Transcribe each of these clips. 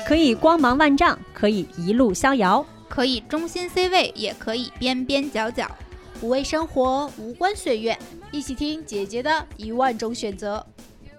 可以光芒万丈，可以一路逍遥， 可以中心 C 位，也可以边边角角。 无畏生活，无关岁月，一起听姐姐的10000种选择。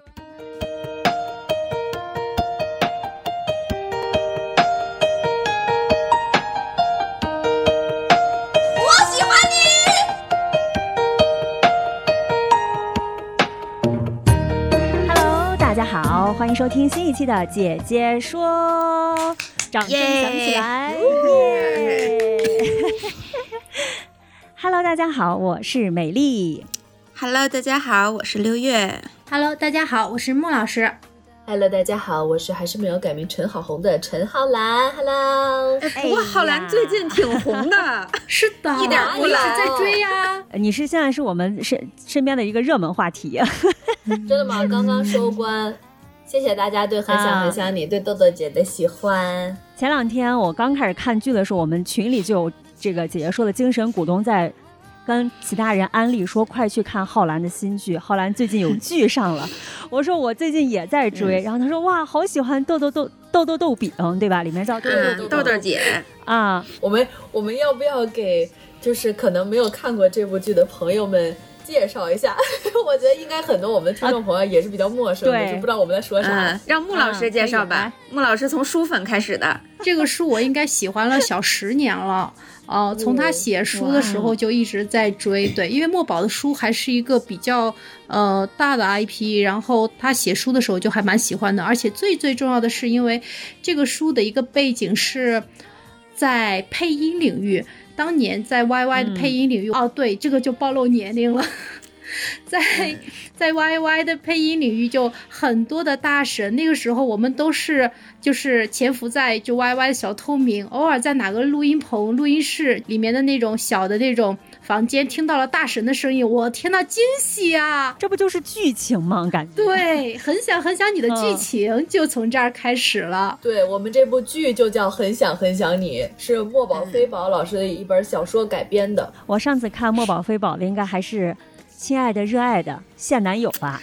大家好，欢迎收听新一期的姐姐说，掌声响起来！Hello， 大家好，我是美丽。 Hello， 大家好，我是6月。 Hello， 大家好，我是穆老师。 Hello， 大家好，我是还是没有改名陈好红的陈浩兰。Hello， 不过浩兰最近挺红的， 是的， 一点不老， 在追呀。 你是现在是我们身边的一个热门话题。 真的吗？刚刚收官，谢谢大家对很想很想你、对豆豆姐的喜欢。 前2天我刚开始看剧的时候，我们群里就有这个姐姐说的精神股东在跟其他人安利说快去看浩兰的新剧，浩兰最近有剧上了。我说我最近也在追，然后他说哇好喜欢豆饼，对吧？里面叫豆豆姐啊。 我们要不要给就是可能没有看过这部剧的朋友们介绍一下？我觉得应该很多我们的听众朋友也是比较陌生的，就不知道我们在说啥。 让穆老师介绍吧。穆老师从书粉开始的， 这个书我应该喜欢了小10年了。从他写书的时候就一直在追，对，因为墨宝的书还是一个比较大的 IP， 然后他写书的时候就还蛮喜欢的，而且最重要的是，因为这个书的一个背景是在配音领域，当年在 YY 的配音领域，对，这个就暴露年龄了。在 YY 的配音领域就很多的大神，那个时候我们都是就是潜伏在就 YY 的小透明，偶尔在哪个录音棚录音室里面的那种小的那种房间听到了大神的声音，我天哪，惊喜啊！ 这不就是剧情吗？感觉对，很想你的剧情就从这儿开始了。 对，我们这部剧就叫很想你，是墨宝非宝老师的一本小说改编的。 我上次看墨宝非宝的应该还是亲爱的热爱的现男友吧。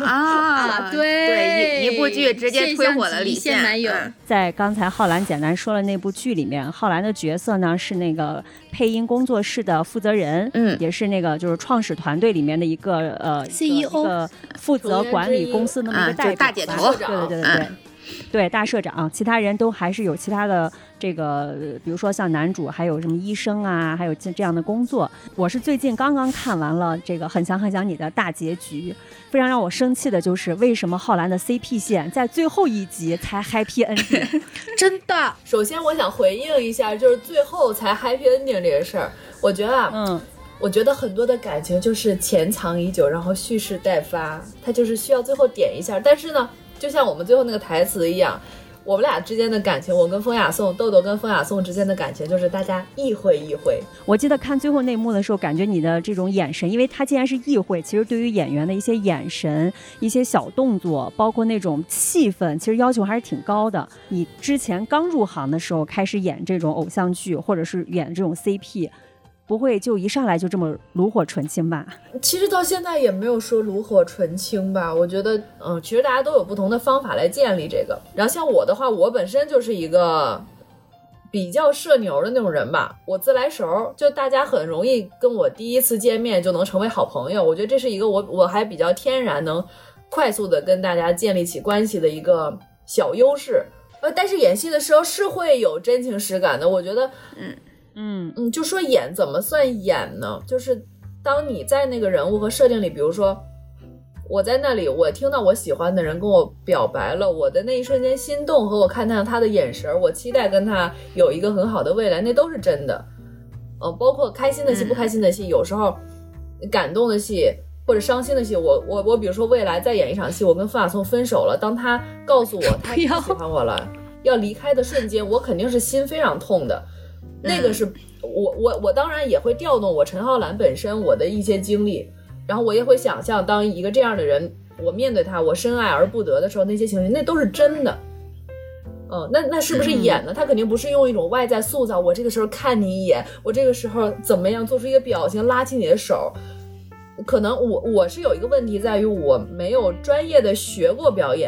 对，一部剧直接推火了李现男友。 在刚才浩兰简单说了那部剧里面，浩兰的角色呢是那个配音工作室的负责人，也是那个就是创始团队里面的一个CEO， 一个负责管理公司的那么一个代表， 大姐头， 对，大社长。其他人都还是有其他的这个，比如说像男主还有什么医生啊，还有这样的工作。我是最近刚刚看完了这个很想你的大结局，非常让我生气的就是为什么浩兰的 CP 线在最后一集才 happy ending。 真的， 首先我想回应一下，就是最后才 happy ending 这个事儿，我觉得我觉得很多的感情就是潜藏已久，然后蓄势待发，它就是需要最后点一下。但是呢，就像我们最后那个台词一样，我们俩之间的感情，我跟风雅颂，豆豆跟风雅颂之间的感情，就是大家意会。 我记得看最后那幕的时候，感觉你的这种眼神，因为他既然是意会，其实对于演员的一些眼神、一些小动作，包括那种气氛，其实要求还是挺高的。你之前刚入行的时候开始演这种偶像剧，或者是演这种 CP，不会就一上来就这么炉火纯青吧？ 其实到现在也没有说炉火纯青吧，我觉得其实大家都有不同的方法来建立这个。然后像我的话，我本身就是一个比较社牛的那种人吧，我自来熟，就大家很容易跟我第一次见面就能成为好朋友，我觉得这是一个我还比较天然能快速的跟大家建立起关系的一个小优势。但是演戏的时候是会有真情实感的，我觉得就说演怎么算演呢？就是当你在那个人物和设定里，比如说我在那里，我听到我喜欢的人跟我表白了，我的那一瞬间心动和我看到他的眼神，我期待跟他有一个很好的未来，那都是真的。包括开心的戏、不开心的戏，有时候感动的戏或者伤心的戏，我比如说未来再演一场戏，我跟傅亚松分手了，当他告诉我他不喜欢我了，要离开的瞬间，我肯定是心非常痛的。那个是我当然也会调动我陈浩兰本身我的一些经历，然后我也会想象当一个这样的人，我面对他我深爱而不得的时候，那些情绪那都是真的。那是不是演呢？他肯定不是用一种外在塑造，我这个时候看你一眼，我这个时候怎么样做出一个表情，拉起你的手。可能我是有一个问题在于我没有专业的学过表演，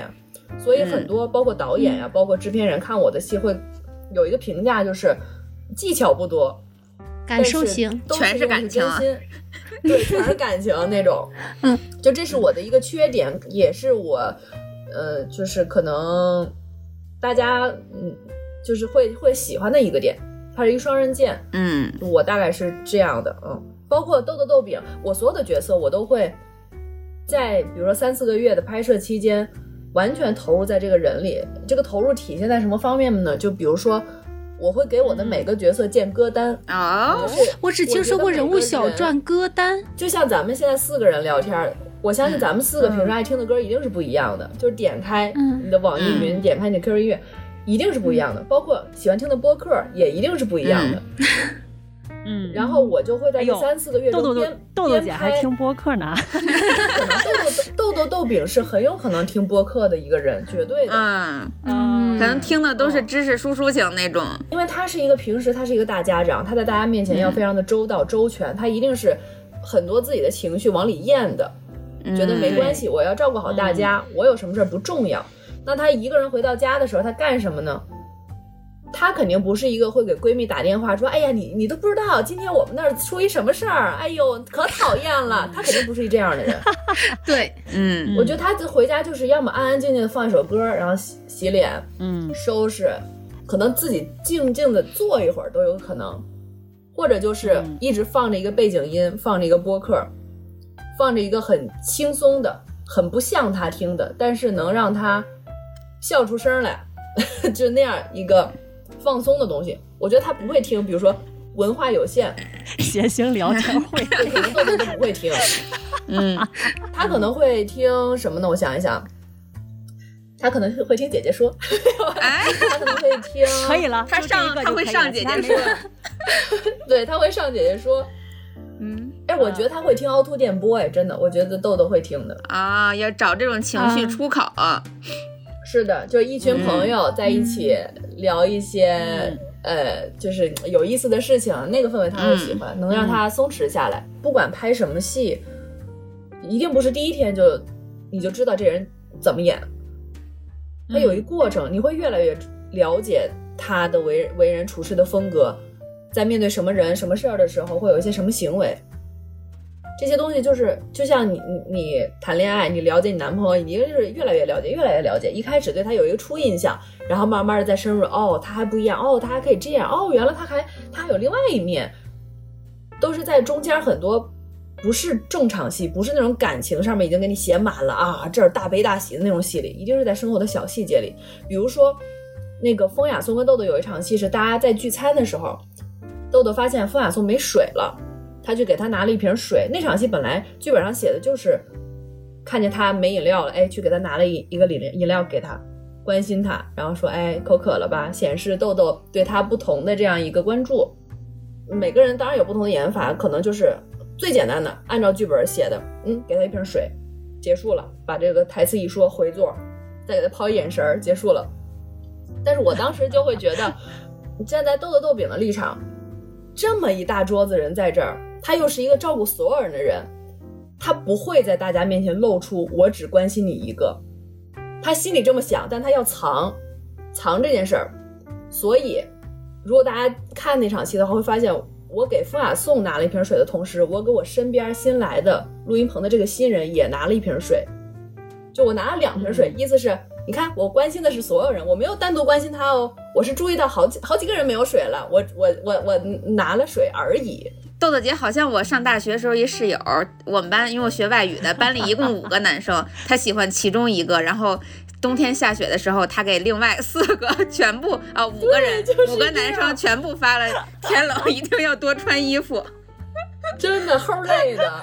所以很多包括导演呀、包括制片人看我的戏会有一个评价，就是技巧不多， 感受型， 全是感情啊， 对，全是感情那种。就这是我的一个缺点，也是我就是可能大家就是会喜欢的一个点，它是一个双刃剑。我大概是这样的。包括豆豆豆饼，我所有的角色我都会在比如说3-4个月的拍摄期间完全投入在这个人里。这个投入体现在什么方面呢？就比如说我会给我的每个角色建歌单我只听说过人物小传歌单， 就像咱们现在4个人聊天，我相信咱们4个平时爱听的歌一定是不一样的，就是点开你的网易云，点开你的 QQ 音乐，一定是不一样的，包括喜欢听的播客也一定是不一样的。然后我就会在这3-4个月中豆豆姐还听播客呢。 豆豆豆饼是很有可能听播客的一个人，绝对的。 可能听的都是知识输出型那种， 因为他是一个平时他是一个大家长，他在大家面前要非常的周到周全，他一定是很多自己的情绪往里咽的，觉得没关系，我要照顾好大家，我有什么事不重要。那他一个人回到家的时候，他干什么呢？她肯定不是一个会给闺蜜打电话说，哎呀，你都不知道今天我们那儿出一什么事儿，哎呦可讨厌了。她肯定不是这样的人。 对， 我觉得她回家就是要么安安静静的放一首歌，然后洗脸，收拾，可能自己静静的坐一会儿都有可能，或者就是一直放着一个背景音，放着一个播客，放着一个很轻松的，很不像她听的，但是能让她笑出声来，就那样一个放松的东西。我觉得他不会听，比如说文化有限谐星聊天会， 对，可能豆豆都不会听。他可能会听什么呢？我想一想，他可能会听姐姐说，他可能会听， 可以了， 他会上姐姐说， 对，他会上姐姐说。我觉得他会听凹凸电波，真的，我觉得豆豆会听的啊，要找这种情绪出口。 是的，就是一群朋友在一起聊一些就是有意思的事情，那个氛围他会喜欢，能让他松弛下来。不管拍什么戏，一定不是第一天你就知道这人怎么演，他有一过程，你会越来越了解他的为人处事的风格，在面对什么人什么事儿的时候会有一些什么行为。这些东西就像你谈恋爱，你了解你男朋友，你就是越来越了解，越来越了解。一开始对他有一个初印象，然后慢慢的再深入，他还不一样，他还可以这样，原来他还有另外一面，都是在中间很多不是正常戏，不是那种感情上面已经给你写满了啊，这儿大悲大喜的那种戏里，一定是在生活的小细节里。比如说那个风雅颂跟豆豆有一场戏是大家在聚餐的时候，豆豆发现风雅颂没水了，他就给他拿了一瓶水。那场戏本来剧本上写的就是看见他没饮料了，去给他拿了一个饮料给他，关心他，然后说口渴了吧，显示豆豆对他不同的这样一个关注。每个人当然有不同的演法，可能就是最简单的按照剧本写的，给他一瓶水，结束了，把这个台词一说，回座，再给他抛一眼神，结束了。但是我当时就会觉得站在豆豆豆饼的立场，这么一大桌子人在这儿，他又是一个照顾所有人的人，他不会在大家面前露出我只关心你一个，他心里这么想，但他要藏这件事儿。所以如果大家看那场戏的话，会发现我给风雅颂拿了一瓶水的同时，我给我身边新来的录音棚的这个新人也拿了一瓶水，就我拿了2瓶水，意思是你看我关心的是所有人，我没有单独关心他我是注意到好几个人没有水了，我拿了水而已。 豆豆姐好像我上大学的时候一室友，我们班因为我学外语的，班里一共5个男生，他喜欢其中一个，然后冬天下雪的时候，他给另外4个全部5个人，5个男生全部发了天冷一定要多穿衣服。 真的齁累的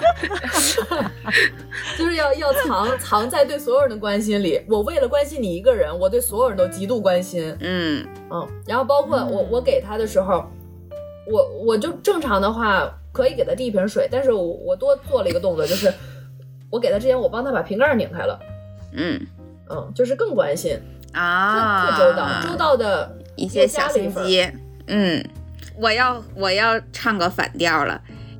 就是要藏在对所有人的关心里。我为了关心你一个人，我对所有人都极度关心。然后包括我给他的时候，我就正常的话可以给他递一瓶水，但是我多做了一个动作，就是我给他之前我帮他把瓶盖拧开了。就是更关心啊，特周到的一些小心机。我要唱个反调了。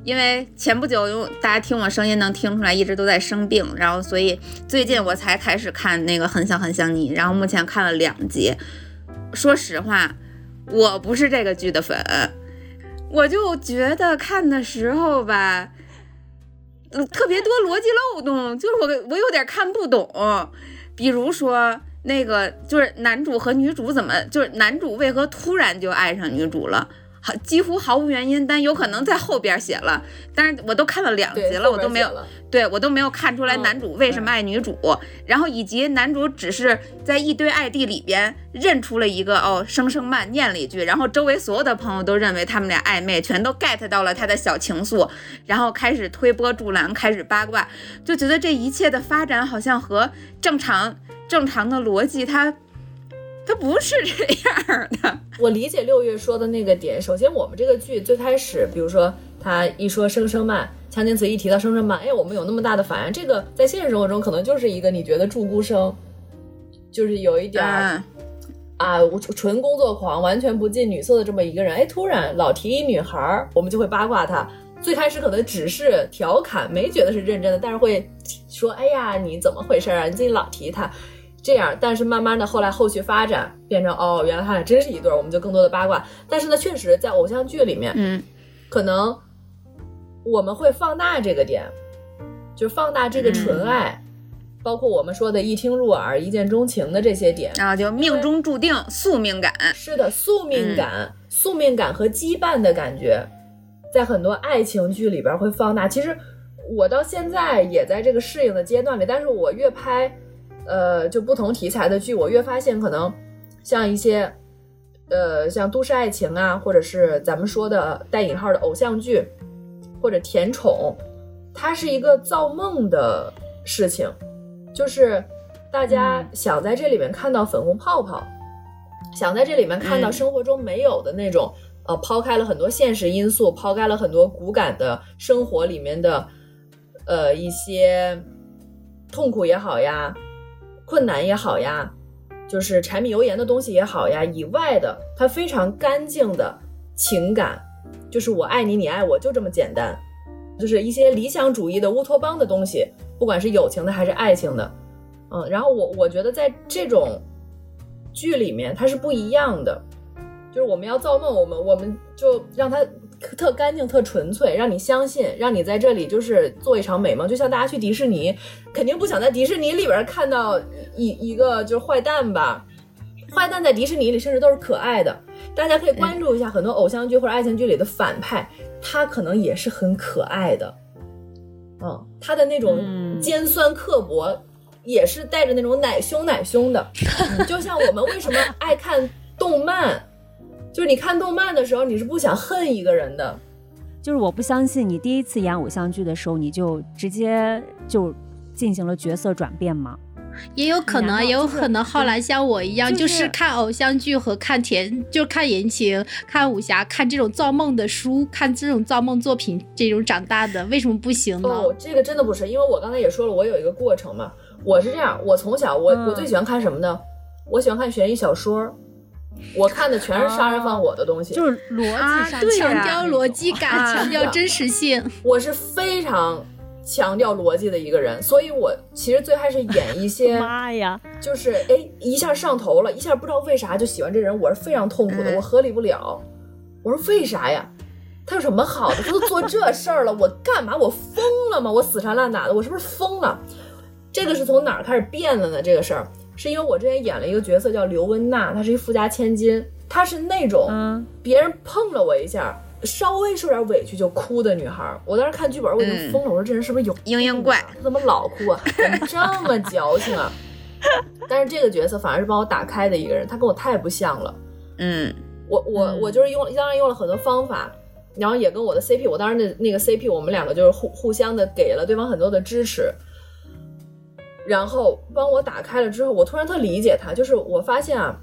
因为前不久大家听我声音能听出来一直都在生病，然后所以最近我才开始看那个很想很想你，然后目前看了2集。说实话，我不是这个剧的粉，我就觉得看的时候吧，特别多逻辑漏洞，就是我有点看不懂。比如说那个就是男主和女主怎么，就是男主为何突然就爱上女主了，几乎毫无原因，但有可能在后边写了，但是我都看了2集了，我都没有看出来男主为什么爱女主，然后以及男主只是在一堆ID里边认出了一个声声慢念了一句，然后周围所有的朋友都认为他们俩暧昧，全都 get 到了他的小情愫，然后开始推波助澜，开始八卦，就觉得这一切的发展好像和正常的逻辑它不是这样的。 我理解6月说的那个点。首先我们这个剧最开始比如说他一说声声慢，强奸词一提到声声慢，我们有那么大的反应，这个在现实生活中可能就是一个你觉得注孤生，就是有一点纯工作狂，完全不近女色的这么一个人，突然老提一女孩，我们就会八卦他。最开始可能只是调侃，没觉得是认真的，但是会说哎呀你怎么回事啊，你自己老提他这样。但是慢慢的后续发展变成原来他俩真是一对，我们就更多的八卦。但是呢确实在偶像剧里面可能我们会放大这个点，就放大这个纯爱，包括我们说的一听入耳一见钟情的这些点， 然后就命中注定宿命感。 是的，宿命感和羁绊的感觉在很多爱情剧里边会放大。其实我到现在也在这个适应的阶段里，但是我越拍就不同题材的剧，我越发现可能像一些像都市爱情啊，或者是咱们说的带引号的偶像剧或者甜宠，它是一个造梦的事情，就是大家想在这里面看到粉红泡泡，想在这里面看到生活中没有的那种抛开了很多现实因素，抛开了很多骨感的生活里面的一些痛苦也好呀，困难也好呀，就是柴米油盐的东西也好呀，以外的它非常干净的情感，就是我爱你你爱我，就这么简单。就是一些理想主义的乌托邦的东西，不管是友情的还是爱情的然后我觉得在这种剧里面它是不一样的，就是我们要造梦，我们就让它特干净特纯粹，让你相信，让你在这里就是做一场美梦。就像大家去迪士尼肯定不想在迪士尼里边看到一个就是坏蛋吧，坏蛋在迪士尼里甚至都是可爱的。大家可以关注一下很多偶像剧或者爱情剧里的反派，他可能也是很可爱的他的那种尖酸刻薄也是带着那种奶凶的就像我们为什么爱看动漫，就是你看动漫的时候你是不想恨一个人的。 就是我不相信你第一次演偶像剧的时候你就直接就进行了角色转变吗？ 也有可能后来像我一样，就是看偶像剧和看就看言情看武侠看这种造梦的书，看这种造梦作品这种长大的，为什么不行呢？ 这个真的不是，因为我刚才也说了，我有一个过程嘛。我是这样，我从小我最喜欢看什么呢？我喜欢看悬疑小说，我看的全是杀人放火的东西， 就是逻辑上强调逻辑感，强调真实性。 我是非常强调逻辑的一个人，所以我其实最开始演一些妈呀， 就是一下上头了，一下不知道为啥就喜欢这人，我是非常痛苦的，我合理不了。我说为啥呀？他有什么好的？他都做这事儿了，我干嘛？我疯了吗？我死缠烂打的，我是不是疯了？这个是从哪儿开始变的呢？这个事儿是因为我之前演了一个角色叫刘温娜，她是一富家千金，她是那种别人碰了我一下稍微受点委屈就哭的女孩。我当时看剧本我已经疯了，我说这人是不是有嘤嘤怪， 怎么老哭啊？怎么这么矫情啊？但是这个角色反而是帮我打开的一个人，他跟我太不像了。我就是当然用了很多方法，然后也跟我的 CP， 我当时那个 CP 我们两个就是互相的给了对方很多的支持，然后帮我打开了之后，我突然特理解他。就是我发现啊，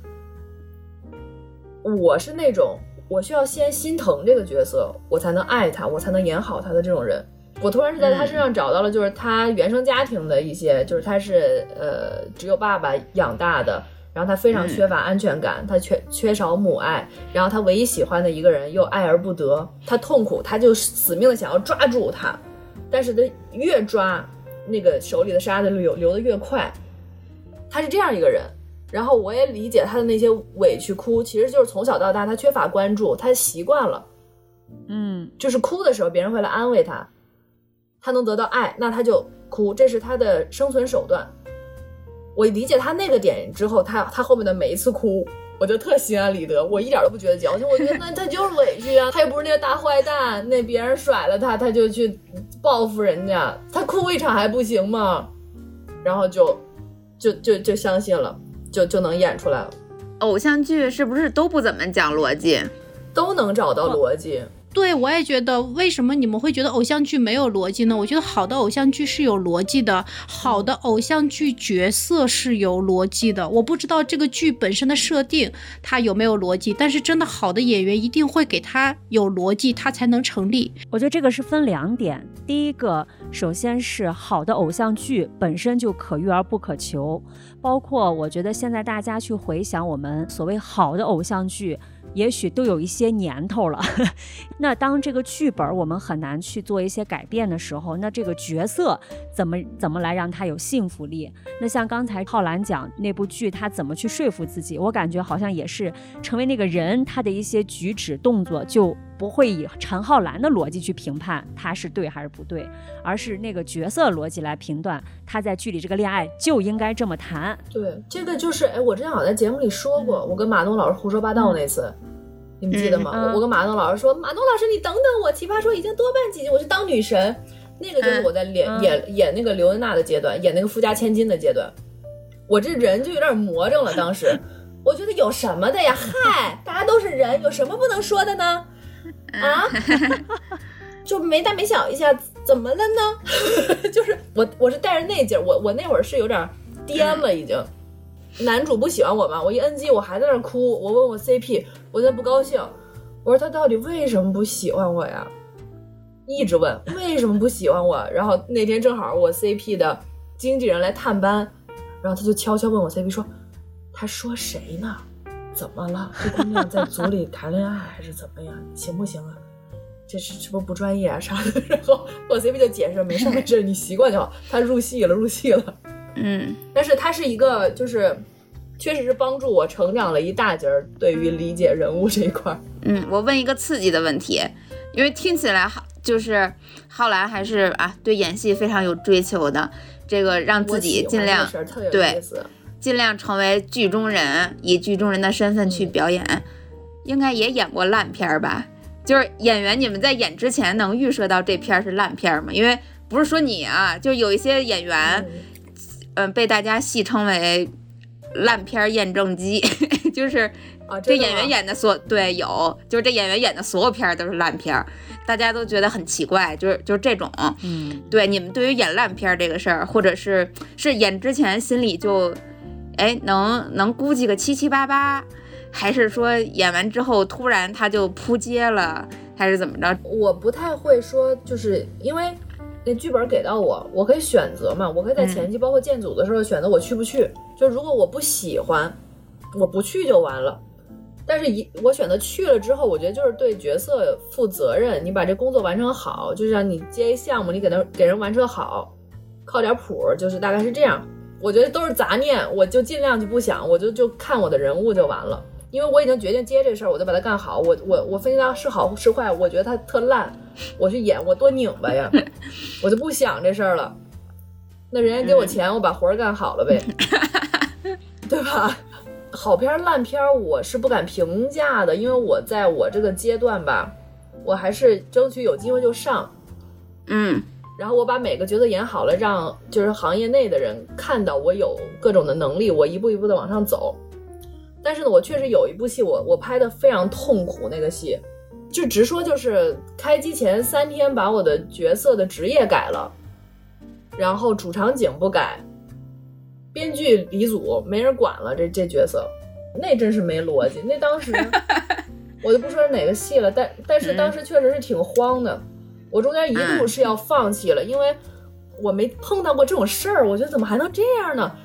我是那种我需要先心疼这个角色，我才能爱他，我才能演好他的这种人。我突然是在他身上找到了，就是他原生家庭的一些，就是他是只有爸爸养大的， 然后他非常缺乏安全感，他缺少母爱，然后他唯一喜欢的一个人又爱而不得，他痛苦，他就死命的想要抓住他，但是他越抓那个手里的沙子流得越快，他是这样一个人。然后我也理解他的那些委屈哭，其实就是从小到大他缺乏关注，他习惯了，就是哭的时候别人会来安慰他，他能得到爱，那他就哭，这是他的生存手段。我理解他那个点之后，他后面的每一次哭，我就特心安理得，我一点都不觉得矫情，我觉得那他就是委屈啊，他又不是那个大坏蛋，那别人甩了他就去报复人家，他哭一场还不行吗？然后就相信了，就能演出来了。 偶像剧是不是都不怎么讲逻辑？ 都能找到逻辑。 对，我也觉得，为什么你们会觉得偶像剧没有逻辑呢？我觉得好的偶像剧是有逻辑的，好的偶像剧角色是有逻辑的。我不知道这个剧本身的设定它有没有逻辑，但是真的好的演员一定会给它有逻辑，它才能成立。 我觉得这个是分两点，第一个，首先是好的偶像剧本身就可遇而不可求，包括我觉得现在大家去回想我们所谓好的偶像剧，也许都有一些年头了那当这个剧本我们很难去做一些改变的时候，那这个角色怎么来让他有信服力？那像刚才浩然讲那部剧他怎么去说服自己，我感觉好像也是成为那个人，他的一些举止动作就不会以陈浩然的逻辑去评判他是对还是不对，而是那个角色逻辑来评断他在剧里这个恋爱就应该这么谈。 对，这个就是我之前好像在节目里说过，我跟马东老师胡说八道那次，你们记得吗？我跟马东老师说，马东老师你等等我，奇葩说已经多办几集，我是当女神。那个就是我在演那个刘恩娜的阶段，演那个富家千金的阶段，我这人就有点魔怔了。当时我觉得有什么的呀？嗨，大家都是人，有什么不能说的呢？啊，就没大没小一下，怎么了呢？就是我是带着那劲儿，我那会儿是有点颠了已经。男主不喜欢我嘛，我一摁机我还在那哭，我问我 CP， 我在不高兴，我说他到底为什么不喜欢我呀？一直问为什么不喜欢我。然后那天正好我 CP 的经纪人来探班，然后他就悄悄问我 CP 说，他说谁呢？怎么了？这姑娘在组里谈恋爱还是怎么样？行不行啊？这是不专业啊啥的。然后我 CP 就解释，没事，你习惯就好。他入戏了。但是他是一个就是确实是帮助我成长了一大截儿，对于理解人物这一块。 我问一个刺激的问题，因为听起来就是浩然还是对演戏非常有追求的，这个让自己尽量对尽量成为剧中人，以剧中人的身份去表演。应该也演过烂片吧？就是演员，你们在演之前能预设到这片是烂片吗？因为不是说你就有一些演员被大家戏称为烂片验证机就是这演员演的就是这演员演的所有片都是烂片，大家都觉得很奇怪，就是这种。对，你们对于演烂片这个事儿，或者是演之前心里就能估计个778，还是说演完之后突然他就扑街了，还是怎么着？ 我不太会说，就是因为那剧本给到我可以选择嘛，我可以在前期包括建组的时候选择我去不去。就如果我不喜欢，我不去就完了。但是我选择去了之后，我觉得就是对角色负责任，你把这工作完成好，就像你接一项目，你给人完成好，靠点谱，就是大概是这样。我觉得都是杂念，我就尽量就不想，我就看我的人物就完了。因为我已经决定接这事儿，我就把它干好。我分析它是好是坏，我觉得它特烂，我去演，我多拧巴呀，我就不想这事儿了。那人家给我钱，我把活儿干好了呗，对吧？好片烂片我是不敢评价的，因为我在我这个阶段吧，我还是争取有机会就上。然后我把每个角色演好了，让就是行业内的人看到我有各种的能力，我一步一步的往上走。但是呢，我确实有一部戏我拍的非常痛苦，那个戏就直说就是开机前3天把我的角色的职业改了，然后主场景不改，编剧离组没人管了，这角色那真是没逻辑。那当时我就不说是哪个戏了，但是当时确实是挺慌的，我中间一度是要放弃了，因为我没碰到过这种事儿，我觉得怎么还能这样呢？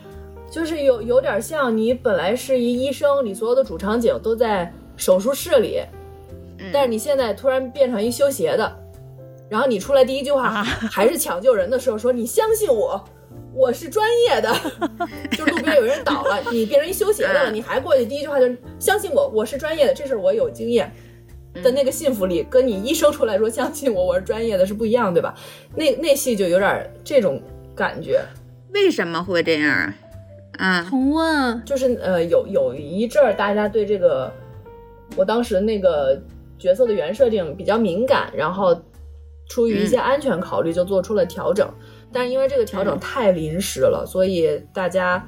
就是有点像你本来是一医生，你所有的主场景都在手术室里，但是你现在突然变成一修鞋的，然后你出来第一句话还是抢救人的时候说你相信我，我是专业的，就路边有人倒了，你变成一修鞋的了，你还过去第一句话就是相信我，我是专业的，这事我有经验的那个信服力，跟你医生出来说相信我，我是专业的是不一样，对吧？那戏就有点这种感觉。 为什么会这样啊？ 重问就是有一阵儿大家对这个我当时那个角色的原设定比较敏感，然后出于一些安全考虑就做出了调整，但是因为这个调整太临时了，所以大家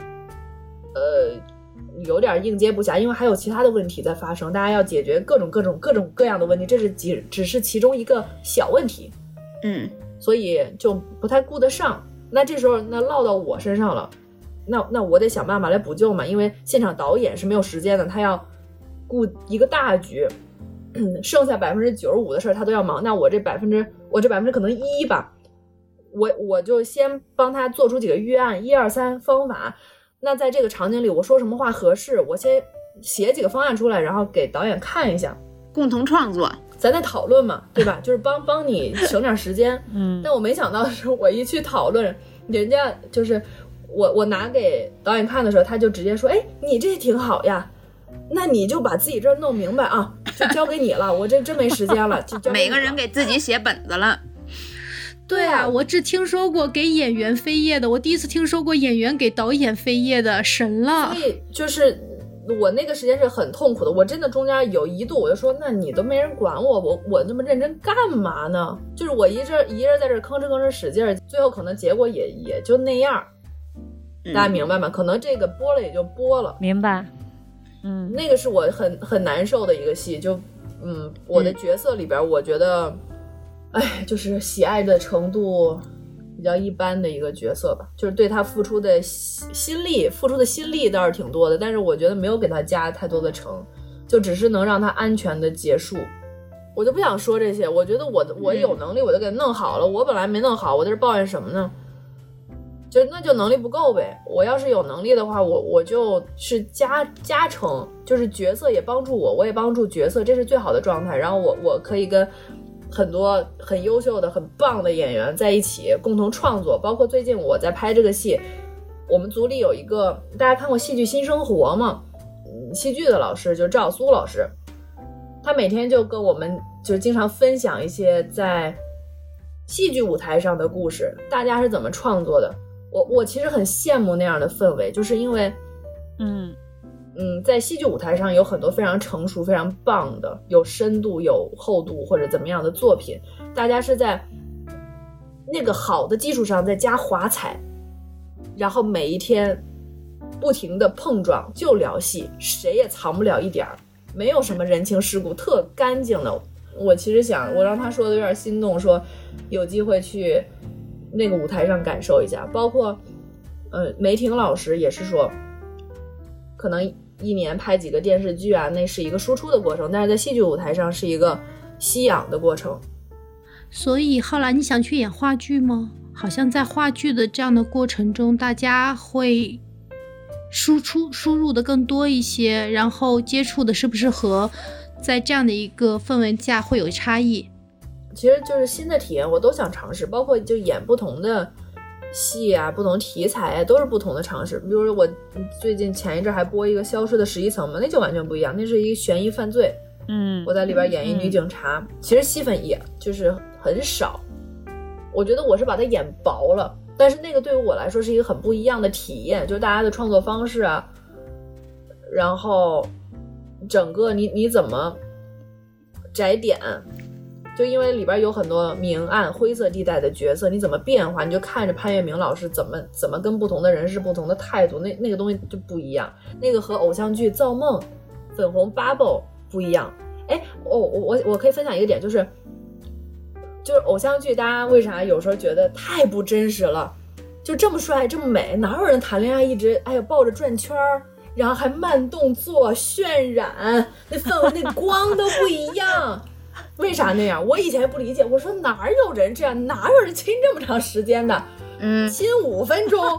有点应接不暇，因为还有其他的问题在发生，大家要解决各种各样的问题，这是只是其中一个小问题，所以就不太顾得上。那这时候那落到我身上了，那我得想办法来补救嘛，因为现场导演是没有时间的，他要顾一个大局，剩下95%的事儿他都要忙，那我这百分之可能1吧，我就先帮他做出几个预案，1、2、3方法。那在这个场景里我说什么话合适，我先写几个方案出来，然后给导演看一下， 共同创作， 咱在讨论嘛，对吧？就是帮你省点时间。但我没想到是我一去讨论，人家就是我拿给导演看的时候，他就直接说，哎，你这挺好呀，那你就把自己这弄明白啊，就交给你了，我这真没时间了，就交给你了。 每个人给自己写本子了。 对啊，我只听说过给演员飞页的，我第一次听说过演员给导演飞页的，神了。 所以就是我那个时间是很痛苦的，我真的中间有一度我就说，那你都没人管我那么认真干嘛呢？就是我一人在这吭哧使劲，最后可能结果也就那样，大家明白吗？可能这个播了也就播了， 明白。 那个是我很难受的一个戏，就我的角色里边，我觉得就是喜爱的程度比较一般的一个角色吧，就是对他付出的心力倒是挺多的，但是我觉得没有给他加太多的成，就只是能让他安全的结束。我就不想说这些，我觉得我有能力我就给他弄好了，我本来没弄好，我在这抱怨什么呢？那就能力不够呗。我要是有能力的话，我就是加成，就是角色也帮助我也帮助角色，这是最好的状态。然后我可以跟很多很优秀的很棒的演员在一起共同创作，包括最近我在拍这个戏，我们组里有一个大家看过戏剧新生活吗？戏剧的老师就是赵苏老师，他每天就跟我们就经常分享一些在戏剧舞台上的故事，大家是怎么创作的。我其实很羡慕那样的氛围，就是因为在戏剧舞台上有很多非常成熟非常棒的有深度有厚度或者怎么样的作品，大家是在那个好的基础上再加华彩，然后每一天不停的碰撞，就聊戏，谁也藏不了一点儿，没有什么人情世故，特干净的。我其实想我让他说的有点心动，说有机会去那个舞台上感受一下，包括梅婷老师也是说可能一年拍几个电视剧啊，那是一个输出的过程，但是在戏剧舞台上是一个吸氧的过程。 所以后来你想去演话剧吗？好像在话剧的这样的过程中，大家会输入的更多一些，然后接触的是不是和在这样的一个氛围下会有差异？ 其实就是新的体验我都想尝试，包括就演不同的戏啊，不同题材啊，都是不同的尝试。比如说我最近前一阵还播一个消失的11层嘛，那就完全不一样，那是一个悬疑犯罪，我在里边演一女警察，其实戏份也就是很少，我觉得我是把它演薄了，但是那个对于我来说是一个很不一样的体验，就是大家的创作方式啊，然后整个你怎么摘点，就因为里边有很多明暗灰色地带的角色，你怎么变化，你就看着潘粤明老师怎么跟不同的人是不同的态度，那个东西就不一样，那个和偶像剧造梦粉红 bubble 不一样。我可以分享一个点，就是偶像剧大家为啥有时候觉得太不真实了，就这么帅这么美，哪有人谈恋爱一直抱着转圈然后还慢动作渲染，那氛围那光都不一样为啥那样？我以前不理解，我说哪有人这样，哪有人亲这么长时间的，亲5分钟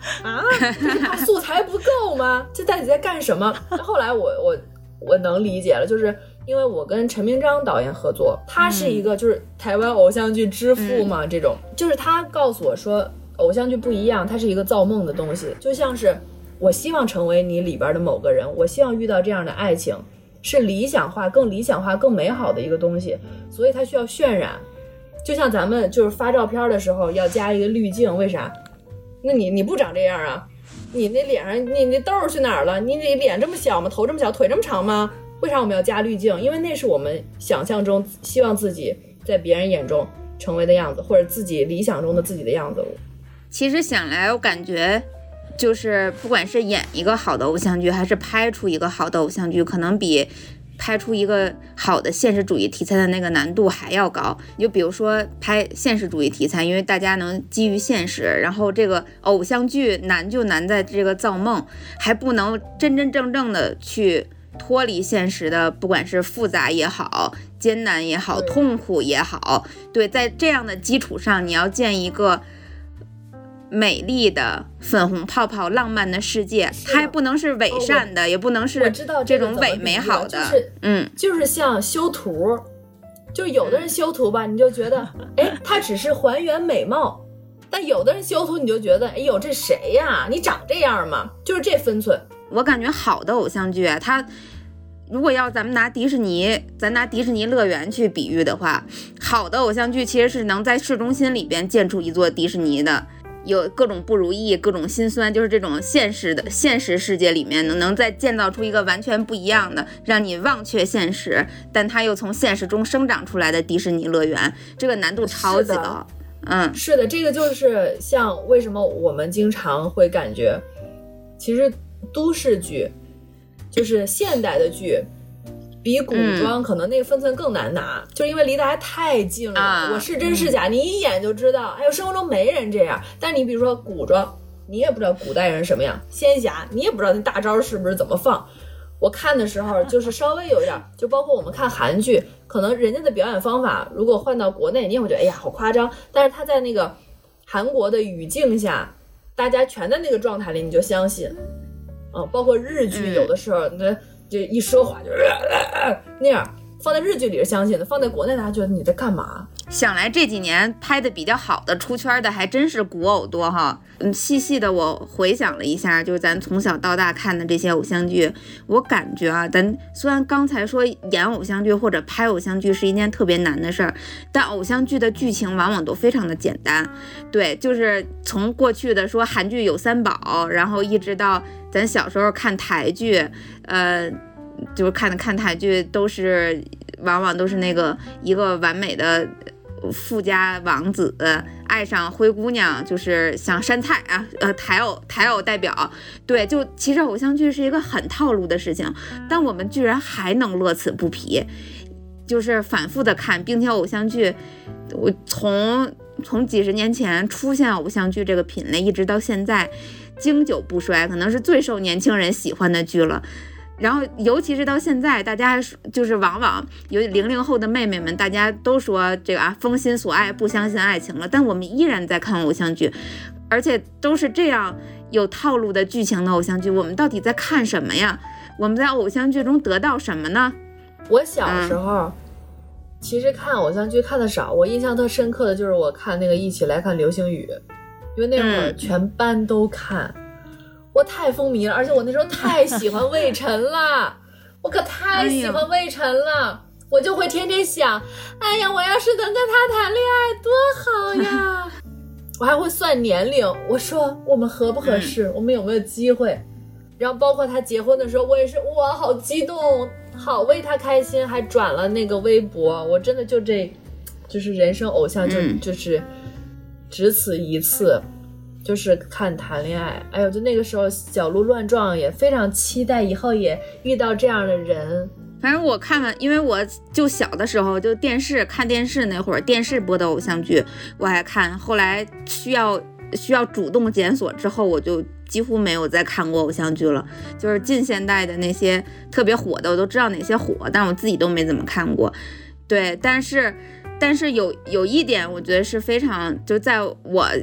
啊，就是怕素材不够吗？这到底在干什么？后来我能理解了，就是因为我跟陈明章导演合作，他是一个就是台湾偶像剧之父嘛，这种就是他告诉我说，偶像剧不一样，它是一个造梦的东西，就像是我希望成为你里边的某个人，我希望遇到这样的爱情，是理想化、更理想化、更美好的一个东西，所以它需要渲染。就像咱们就是发照片的时候要加一个滤镜，为啥？那你不长这样啊？你那脸上你那痘去哪儿了？你脸这么小吗？头这么小，腿这么长吗？为啥我们要加滤镜？因为那是我们想象中希望自己在别人眼中成为的样子，或者自己理想中的自己的样子。 其实想来我感觉就是不管是演一个好的偶像剧还是拍出一个好的偶像剧，可能比拍出一个好的现实主义题材的那个难度还要高。就比如说拍现实主义题材，因为大家能基于现实，然后这个偶像剧难就难在这个造梦，还不能真真正正的去脱离现实的，不管是复杂也好，艰难也好，痛苦也好，对，在这样的基础上，你要建一个美丽的粉红泡泡浪漫的世界，它还不能是伪善的，也不能是这种伪美好的， 就是像修图，就有的人修图吧，你就觉得哎，他只是还原美貌，但有的人修图你就觉得哎呦这谁呀，你长这样吗？就是这分寸。 我感觉好的偶像剧，它如果要咱拿迪士尼乐园去比喻的话，好的偶像剧其实是能在市中心里边建出一座迪士尼的，有各种不如意，各种心酸，就是这种现实世界里面能再建造出一个完全不一样的，让你忘却现实，但它又从现实中生长出来的迪士尼乐园，这个难度超级高。 是的，这个就是像为什么我们经常会感觉，其实都市剧就是现代的剧比古装可能那个分寸更难拿，就是因为离大家太近了，我是真是假你一眼就知道，哎呦生活中没人这样。但你比如说古装，你也不知道古代人什么样，仙侠你也不知道那大招是不是怎么放。我看的时候就是稍微有一点，就包括我们看韩剧，可能人家的表演方法如果换到国内你也会觉得哎呀好夸张，但是他在那个韩国的语境下，大家全在那个状态里你就相信。包括日剧有的时候就一说话就那样，放在日剧里是相信的，放在国内大家觉得你在干嘛。 想来这几年拍的比较好的出圈的还真是古偶多哈。细细的我回想了一下，就是咱从小到大看的这些偶像剧，我感觉啊，咱虽然刚才说演偶像剧或者拍偶像剧是一件特别难的事儿，但偶像剧的剧情往往都非常的简单。对，就是从过去的说韩剧有三宝，然后一直到咱小时候看台剧，就是看台剧都是往往都是那个一个完美的富家王子爱上灰姑娘，就是像山菜啊，台偶代表。对，就其实偶像剧是一个很套路的事情，但我们居然还能乐此不疲，就是反复的看，并且偶像剧，我从几十年前出现偶像剧这个品类，一直到现在经久不衰，可能是最受年轻人喜欢的剧了。然后尤其是到现在，大家就是往往有00后的妹妹们，大家都说这个封心所爱，不相信爱情了，但我们依然在看偶像剧，而且都是这样有套路的剧情的偶像剧。我们到底在看什么呀？我们在偶像剧中得到什么呢？ 我小时候其实看偶像剧看的少，我印象特深刻的就是我看那个一起来看流星雨，因为那会儿全班都看，我太风靡了，而且我那时候太喜欢魏晨了，我可太喜欢魏晨了，我就会天天想，哎呀，我要是能跟他谈恋爱多好呀！我还会算年龄，我说我们合不合适，我们有没有机会？然后包括他结婚的时候，我也是哇，好激动，好为他开心，还转了那个微博，我真的就是人生偶像就是只此一次。就是看谈恋爱，哎呦，就那个时候小鹿乱撞，也非常期待以后也遇到这样的人。 反正我看了，因为我就小的时候就看电视那会儿，电视播的偶像剧我还看，后来需要主动检索之后，我就几乎没有再看过偶像剧了。就是近现代的那些特别火的，我都知道哪些火，但我自己都没怎么看过。对，但是有一点，我觉得是非常，就在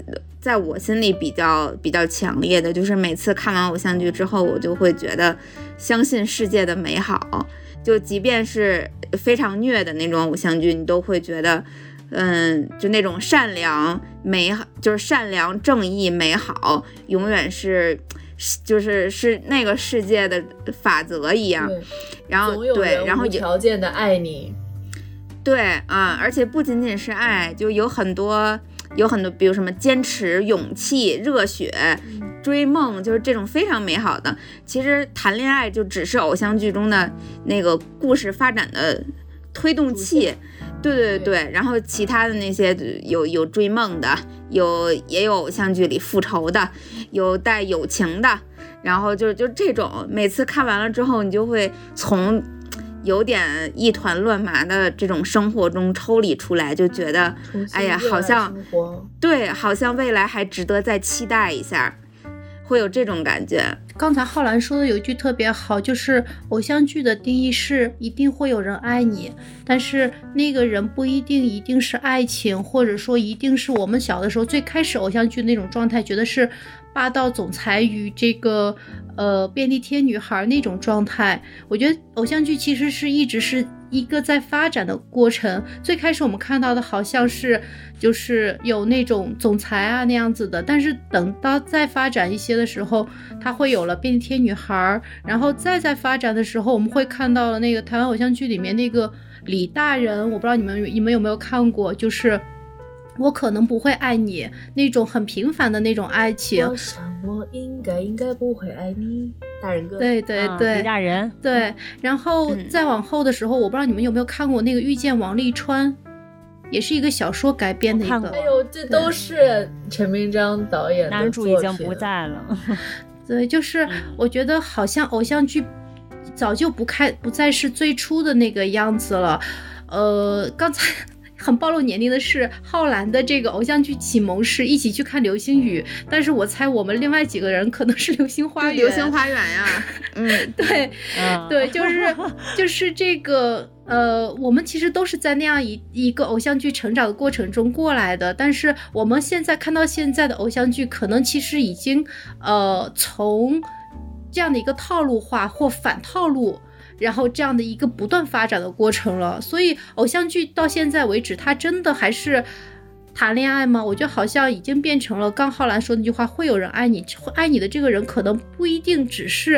在我心里比较强烈的，就是每次看完偶像剧之后，我就会觉得相信世界的美好，就即便是非常虐的那种偶像剧，你都会觉得就那种善良美好，就是善良正义美好永远是那个世界的法则一样。然后对，然后无条件的爱你。 对啊，而且不仅仅是爱，就有很多，比如什么坚持、勇气、热血、追梦，就是这种非常美好的。其实谈恋爱就只是偶像剧中的那个故事发展的推动器。对，然后其他的那些有追梦的，也有偶像剧里复仇的，有带友情的，然后就这种，每次看完了之后，你就会从有点一团乱麻的这种生活中抽离出来，就觉得哎呀，好像未来还值得再期待一下，会有这种感觉。 刚才浩然说的有一句特别好，就是偶像剧的定义是一定会有人爱你，但是那个人不一定是爱情，或者说一定是我们小的时候最开始偶像剧那种状态，觉得是霸道总裁与这个便利贴女孩那种状态。我觉得偶像剧其实一直是一个在发展的过程。最开始我们看到的好像是就是有那种总裁啊那样子的，但是等到再发展一些的时候，它会有了便利贴女孩，然后再发展的时候，我们会看到了那个台湾偶像剧里面那个李大人，我不知道你们有没有看过，就是我可能不会爱你，那种很平凡的那种爱情。 我想我应该不会爱你，大人哥。 对， 李大人。 对，然后再往后的时候，我不知道你们有没有看过那个遇见王沥川，也是一个小说改编的一个。 哎呦，这都是陈明章导演的男主已经不在了。 对，就是我觉得好像偶像剧早就不再是最初的那个样子了。刚才很暴露年龄的是，浩然的这个偶像剧启蒙是一起去看流星雨，但是我猜我们另外几个人可能是流星花园。 流星花园呀， 对，就是这个我们其实都是在那样一个偶像剧成长的过程中过来的，但是我们现在看到现在的偶像剧，可能其实已经从这样的一个套路化或反套路，然后这样的一个不断发展的过程了。所以偶像剧到现在为止，它真的还是谈恋爱吗？我觉得好像已经变成了刚浩然说的那句话，会有人爱你，爱你的这个人可能不一定只是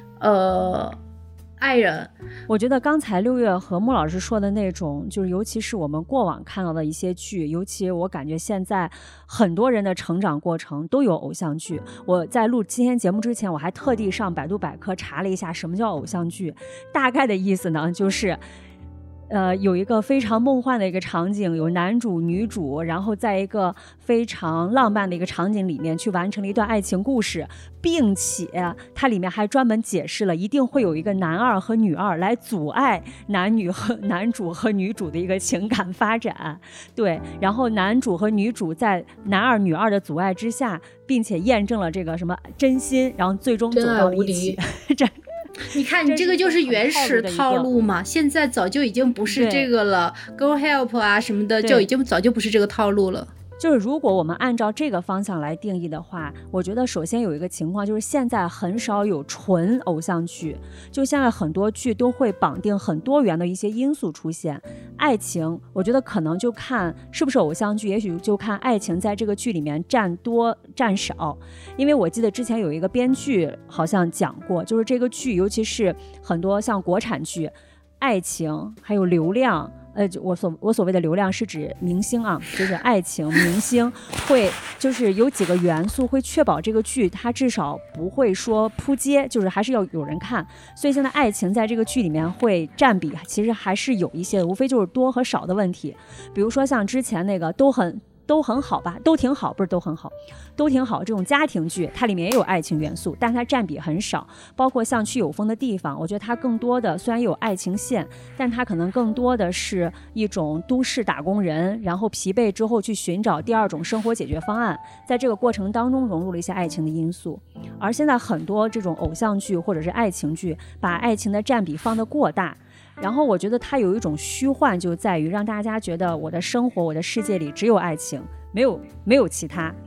爱人。 我觉得刚才六月和穆老师说的那种，就是尤其是我们过往看到的一些剧，尤其我感觉现在很多人的成长过程都有偶像剧。我在录今天节目之前，我还特地上百度百科查了一下什么叫偶像剧，大概的意思呢就是有一个非常梦幻的一个场景，有男主女主，然后在一个非常浪漫的一个场景里面去完成了一段爱情故事，并且它里面还专门解释了一定会有一个男二和女二来阻碍男主和女主的一个情感发展。对，然后男主和女主在男二女二的阻碍之下，并且验证了这个什么真心，然后最终走到了一起。 你看，你这个就是原始套路嘛，现在早就已经不是这个了。Go Help 啊什么的，就已经早就不是这个套路了。 就是如果我们按照这个方向来定义的话，我觉得首先有一个情况就是现在很少有纯偶像剧，就现在很多剧都会绑定很多元的一些因素出现。爱情我觉得可能就看是不是偶像剧，也许就看爱情在这个剧里面占多占少。因为我记得之前有一个编剧好像讲过，就是这个剧尤其是很多像国产剧，爱情还有流量，我所谓的流量是指明星啊，就是爱情明星会就是有几个元素会确保这个剧它至少不会说扑街，就是还是要有人看。所以现在爱情在这个剧里面会占比其实还是有一些的，无非就是多和少的问题。比如说像之前那个都很好吧，都挺好，不是都很好，都挺好这种家庭剧，它里面也有爱情元素，但它占比很少。包括像去有风的地方，我觉得它更多的虽然有爱情线，但它可能更多的是一种都市打工人，然后疲惫之后去寻找第二种生活解决方案，在这个过程当中融入了一些爱情的因素。而现在很多这种偶像剧或者是爱情剧，把爱情的占比放得过大，然后我觉得它有一种虚幻，就在于让大家觉得我的生活我的世界里只有爱情，没有其他。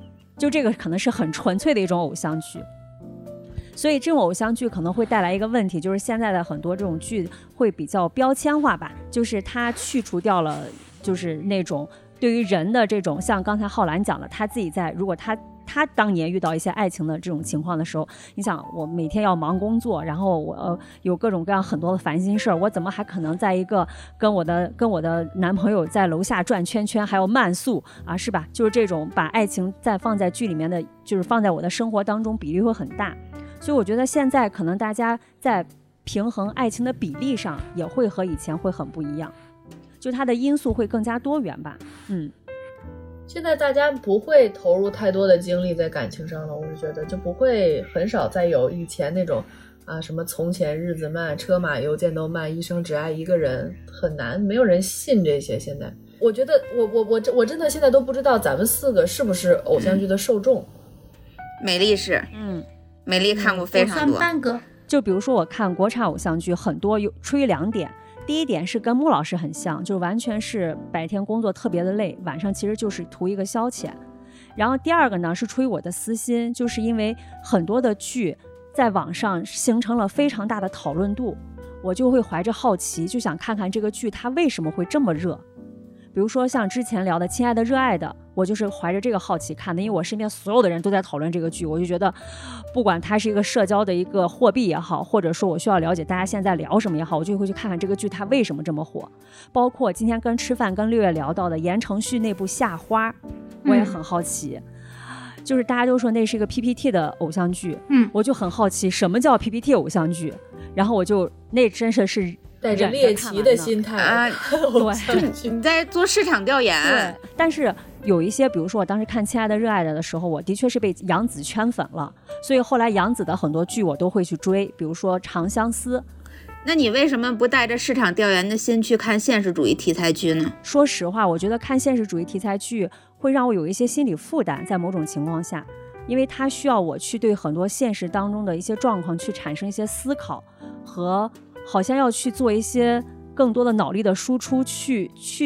就这个可能是很纯粹的一种偶像剧。所以这种偶像剧可能会带来一个问题，就是现在的很多这种剧会比较标签化吧，就是它去除掉了就是那种对于人的这种，像刚才浩然讲的，他自己在如果他当年遇到一些爱情的这种情况的时候，你想我每天要忙工作，然后我有各种各样很多的烦心事儿，我怎么还可能在一个跟我的男朋友在楼下转圈圈还有慢速啊，是吧？就是这种把爱情再放在剧里面的，就是放在我的生活当中比例会很大。所以我觉得现在可能大家在平衡爱情的比例上也会和以前会很不一样，就它的因素会更加多元吧。 现在大家不会投入太多的精力在感情上了，我是觉得就不会很少再有以前那种啊什么从前日子慢，车马邮件都慢，一生只爱一个人，很难，没有人信这些。现在我觉得我真的现在都不知道咱们四个是不是偶像剧的受众。 美丽是，美丽看过非常多。 我算半个。 就比如说我看国产偶像剧很多有出于2点，第一点是跟穆老师很像，就完全是白天工作特别的累，晚上其实就是图一个消遣。然后第二个呢是出于我的私心，就是因为很多的剧在网上形成了非常大的讨论度，我就会怀着好奇，就想看看这个剧它为什么会这么热。比如说像之前聊的《亲爱的热爱的》，我就是怀着这个好奇看的，因为我身边所有的人都在讨论这个剧，我就觉得不管它是一个社交的一个货币也好，或者说我需要了解大家现在聊什么也好，我就会去看看这个剧它为什么这么火。包括今天跟吃饭跟6月聊到的言承旭那部《夏花》，我也很好奇，就是大家都说那是一个 PPT 的偶像剧，我就很好奇什么叫 PPT 偶像剧，然后我就那真是带着猎奇的心态啊， 对， 你在做市场调研。 对，但是有一些，比如说我当时看《亲爱的热爱的》的时候，我的确是被杨紫圈粉了，所以后来杨紫的很多剧我都会去追，比如说《长相思》。 那你为什么不带着市场调研的心去看现实主义题材剧呢？ 说实话，我觉得看现实主义题材剧会让我有一些心理负担，在某种情况下，因为它需要我去对很多现实当中的一些状况去产生一些思考，和好像要去做一些更多的脑力的输出，去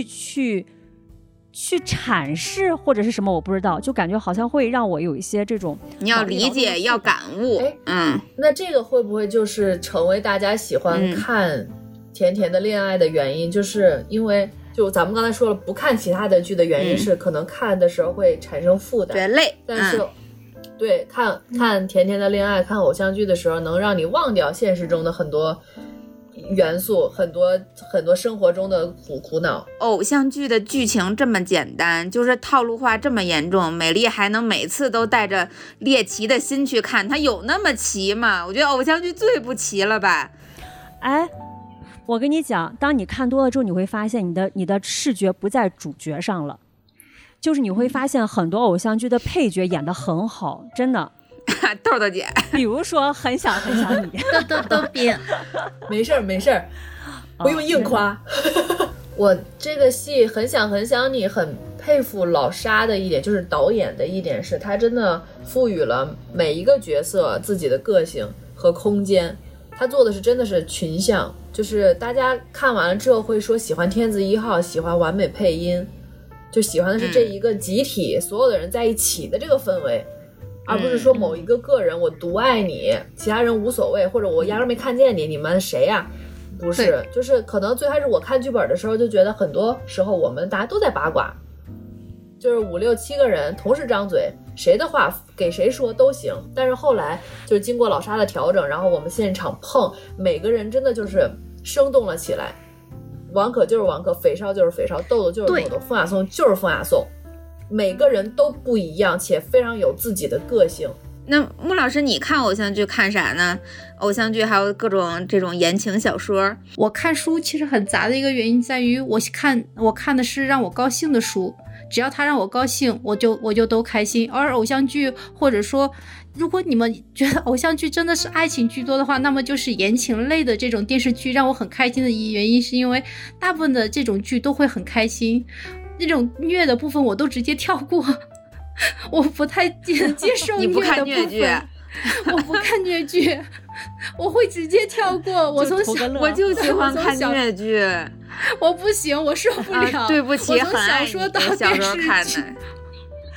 阐释或者是什么我不知道，就感觉好像会让我有一些这种你要理解要感悟。 那这个会不会就是成为大家喜欢看甜甜的恋爱的原因，就是因为就咱们刚才说了不看其他的剧的原因是可能看的时候会产生负担， 对，累。 但是对看甜甜的恋爱看偶像剧的时候能让你忘掉现实中的很多元素，很多生活中的苦恼。 偶像剧的剧情这么简单，就是套路化这么严重，美丽还能每次都带着猎奇的心去看，它有那么奇吗？我觉得偶像剧最不奇了吧。 哎，我跟你讲，当你看多了之后，你会发现你的视觉不在主角上了，就是你会发现很多偶像剧的配角演得很好，真的。 豆豆姐， 比如说很想你， 都别， 没事儿，不用硬夸。我这个戏很想你，很佩服老沙的一点，就是导演的一点是，他真的赋予了每一个角色自己的个性和空间。他做的是真的是群像，就是大家看完了之后会说喜欢天字1号，喜欢完美配音，就喜欢的是这一个集体，所有的人在一起的这个氛围。而不是说某一个个人我独爱你，其他人无所谓，或者我压根没看见你们谁呀？不是，就是可能最开始我看剧本的时候就觉得很多时候我们大家都在八卦，就是5、6、7个人同时张嘴，谁的话给谁说都行。但是后来就是经过老沙的调整，然后我们现场碰，每个人真的就是生动了起来。王可就是王可，肥少就是肥少，豆豆就是豆豆，凤雅颂就是凤雅颂。每个人都不一样，且非常有自己的个性。 那穆老师，你看偶像剧看啥呢？偶像剧还有各种这种言情小说。 我看书其实很杂的一个原因在于，我看的是让我高兴的书，只要它让我高兴，我就都开心。而偶像剧，或者说，如果你们觉得偶像剧真的是爱情居多的话，那么就是言情类的这种电视剧让我很开心的原因，是因为大部分的这种剧都会很开心。那种虐的部分我都直接跳过，我不太接受虐的部分。你不看虐剧？我不看虐剧，我会直接跳过。我就喜欢看虐剧， 我不行，我受不了。 对不起， 我从小说到电视剧。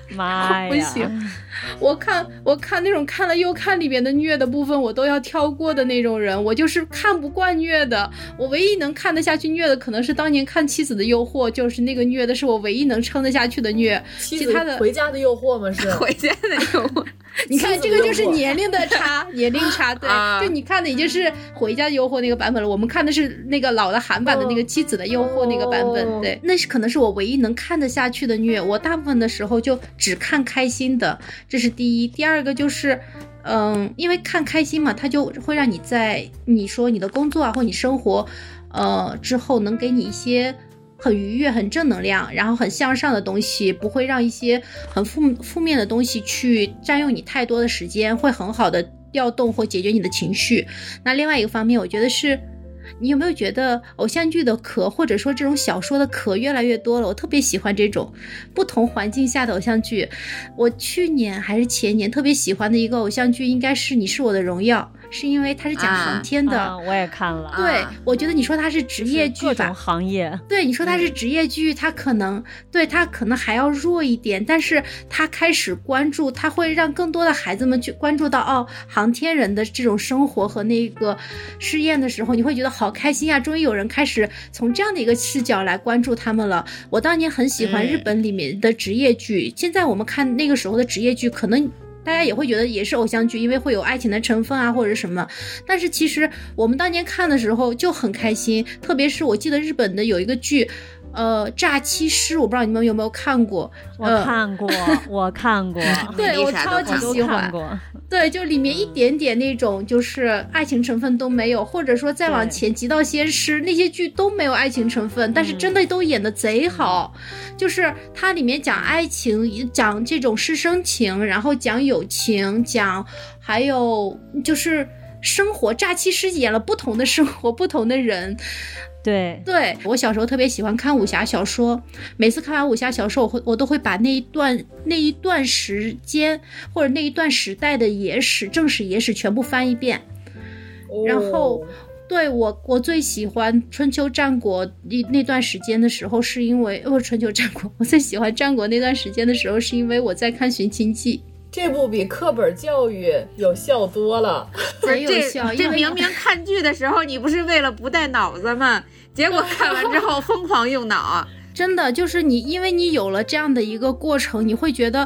妈呀， 不行，我看那种看了又看里边的虐的部分，我都要跳过的那种人，我就是看不惯虐的。我唯一能看得下去虐的，可能是当年看《妻子的诱惑》，就是那个虐的是我唯一能撑得下去的虐。其他的回家的诱惑吗？是回家的诱惑。 你看这个就是年龄的差，年龄差，对，就你看的已经是《回家的诱惑》那个版本了，我们看的是那个老的韩版的那个《妻子的诱惑》那个版本，对，那是可能是我唯一能看得下去的虐。我大部分的时候就只看开心的，这是第一。第二个就是因为看开心嘛，它就会让你在你说你的工作啊或你生活之后能给你一些很愉悦很正能量然后很向上的东西，不会让一些很负面的东西去占用你太多的时间，会很好的调动或解决你的情绪。那另外一个方面我觉得是你有没有觉得偶像剧的壳或者说这种小说的壳越来越多了？我特别喜欢这种不同环境下的偶像剧。我去年还是前年特别喜欢的一个偶像剧应该是《你是我的荣耀》，是因为它是讲航天的。 我也看了。 对，我觉得你说它是职业剧吧， 各种行业。 对，你说它是职业剧，它可能对它可能还要弱一点，但是它开始关注，它会让更多的孩子们去关注到航天人的这种生活和那个试验的时候，你会觉得好开心啊！终于有人开始从这样的一个视角来关注他们了。我当年很喜欢日本里面的职业剧，现在我们看那个时候的职业剧，可能大家也会觉得也是偶像剧，因为会有爱情的成分啊或者什么，但是其实我们当年看的时候就很开心。特别是我记得日本的有一个剧诈欺师，我不知道你们有没有看过。 我看过我看过对，我超级喜欢。对，就里面一点点那种就是爱情成分都没有，或者说再往前极道鲜师那些剧都没有爱情成分，但是真的都演得贼好。就是它里面讲爱情，讲这种师生情，然后讲友情，讲还有就是生活。诈欺师演了不同的生活，不同的人。 对， 我小时候特别喜欢看武侠小说，每次看完武侠小说我都会把那一段时间或者那一段时代的野史正史野史全部翻一遍。然后对我最喜欢春秋战国那段时间的时候，是因为春秋战国，我最喜欢战国那段时间的时候是因为我在看《寻秦记》， 这部比课本教育有效多了。 贼有效。 这明明看剧的时候你不是为了不带脑子吗？结果看完之后疯狂用脑。 真的就是因为你有了这样的一个过程，你会觉得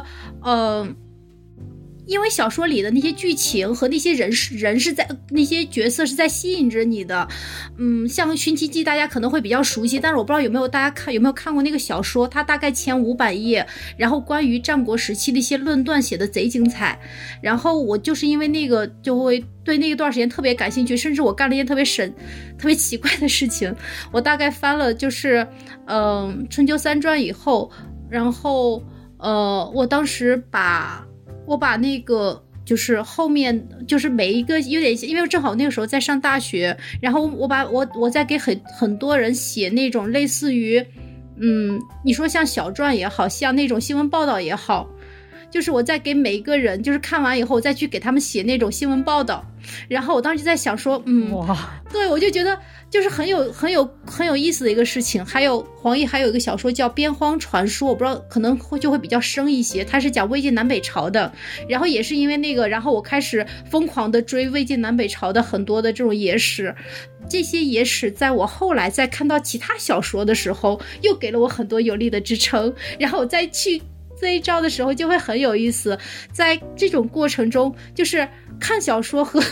因为小说里的那些剧情和那些人是在那些角色是在吸引着你的。像《寻秦记》大家可能会比较熟悉，但是我不知道有没有看过那个小说，它大概前500页，然后关于战国时期的一些论断写的贼精彩。然后我就是因为那个就会对那一段时间特别感兴趣，甚至我干了一件特别奇怪的事情。我大概翻了就是春秋三传以后，然后我当时我把那个就是后面就是每一个有点，因为正好那个时候在上大学，然后我在给很多人写那种类似于你说像小传也好，像那种新闻报道也好，就是我在给每一个人就是看完以后再去给他们写那种新闻报道。然后我当时就在想说对，我就觉得就是很有意思的一个事情。还有黄奕还有一个小说叫《边荒传说》，我不知道可能就会比较生一些，它是讲魏晋南北朝的。然后也是因为那个，然后我开始疯狂的追魏晋南北朝的很多的这种野史。这些野史在我后来在看到其他小说的时候又给了我很多有力的支撑，然后我再去这一招的时候就会很有意思。在这种过程中，就是看小说和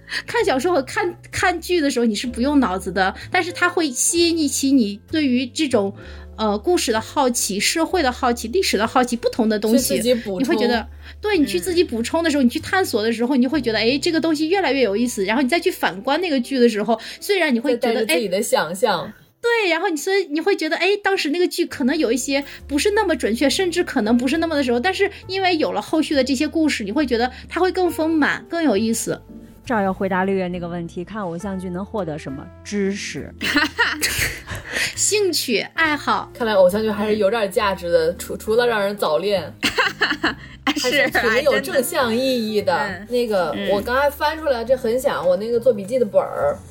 看剧的时候你是不用脑子的，但是它会吸引起你对于这种故事的好奇、社会的好奇、历史的好奇，不同的东西你会觉得对，你去自己补充的时候，你去探索的时候，你就会觉得这个东西越来越有意思。然后你再去反观那个剧的时候，虽然你会觉得自己的想象对，然后所以你会觉得当时那个剧可能有一些不是那么准确，甚至可能不是那么的时候，但是因为有了后续的这些故事，你会觉得它会更丰满更有意思。 这儿要回答六月那个问题，看偶像剧能获得什么？知识兴趣爱好。 看来偶像剧还是有点价值的，除了让人早恋还是挺有正向意义的。那个我刚才翻出来，这很想我那个做笔记的本儿，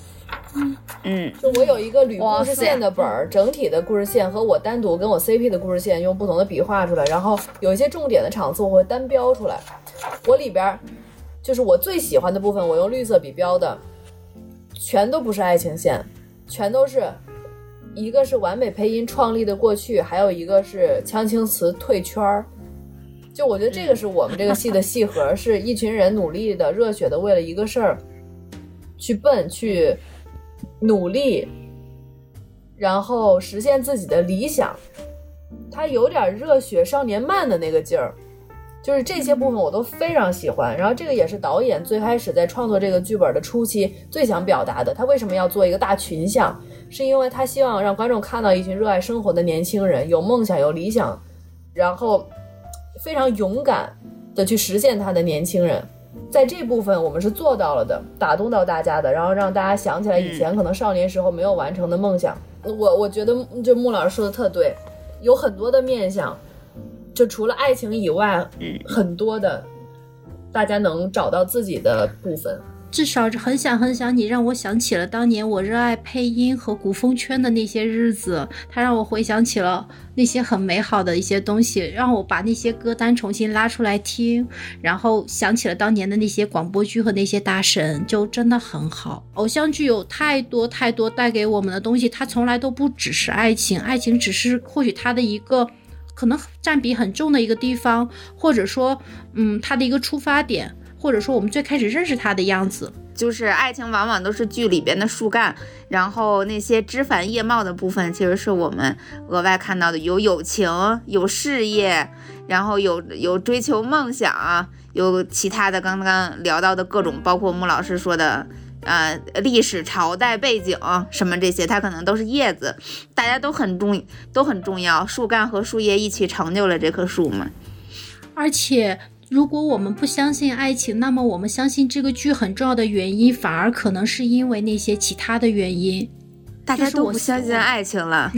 就我有一个捋故事线的本儿，整体的故事线和我单独跟我 CP 的故事线用不同的笔画出来，然后有一些重点的场次我会单标出来。我里边就是我最喜欢的部分，我用绿色笔标的，全都不是爱情线，全都是一个是完美配音创立的过去，还有一个是枪青词退圈儿。就我觉得这个是我们这个戏的戏核，是一群人努力的、热血的为了一个事儿去奔、去努力，然后实现自己的理想。他有点热血少年漫的那个劲儿，就是这些部分我都非常喜欢。然后这个也是导演最开始在创作这个剧本的初期最想表达的。他为什么要做一个大群像，是因为他希望让观众看到一群热爱生活的年轻人，有梦想有理想，然后非常勇敢的去实现他的年轻人。在这部分我们是做到了的，打动到大家的，然后让大家想起来以前可能少年时候没有完成的梦想。我觉得就穆老师说的特对，有很多的面向，就除了爱情以外，很多的大家能找到自己的部分。 至少很想你，让我想起了当年我热爱配音和古风圈的那些日子，它让我回想起了那些很美好的一些东西，让我把那些歌单重新拉出来听，然后想起了当年的那些广播剧和那些大神，就真的很好。偶像剧有太多带给我们的东西，它从来都不只是爱情，爱情只是或许它的一个可能占比很重的一个地方，或者说它的一个出发点，或者说我们最开始认识它的样子。 就是爱情往往都是剧里边的树干，然后那些枝繁叶茂的部分其实是我们额外看到的，有友情，有事业，然后有追求梦想，有其他的刚刚聊到的各种，包括穆老师说的历史朝代背景什么这些，它可能都是叶子，大家都很重要，树干和树叶一起成就了这棵树嘛。 而且如果我们不相信爱情，那么我们相信这个剧很重要的原因反而可能是因为那些其他的原因。 大家都不相信爱情了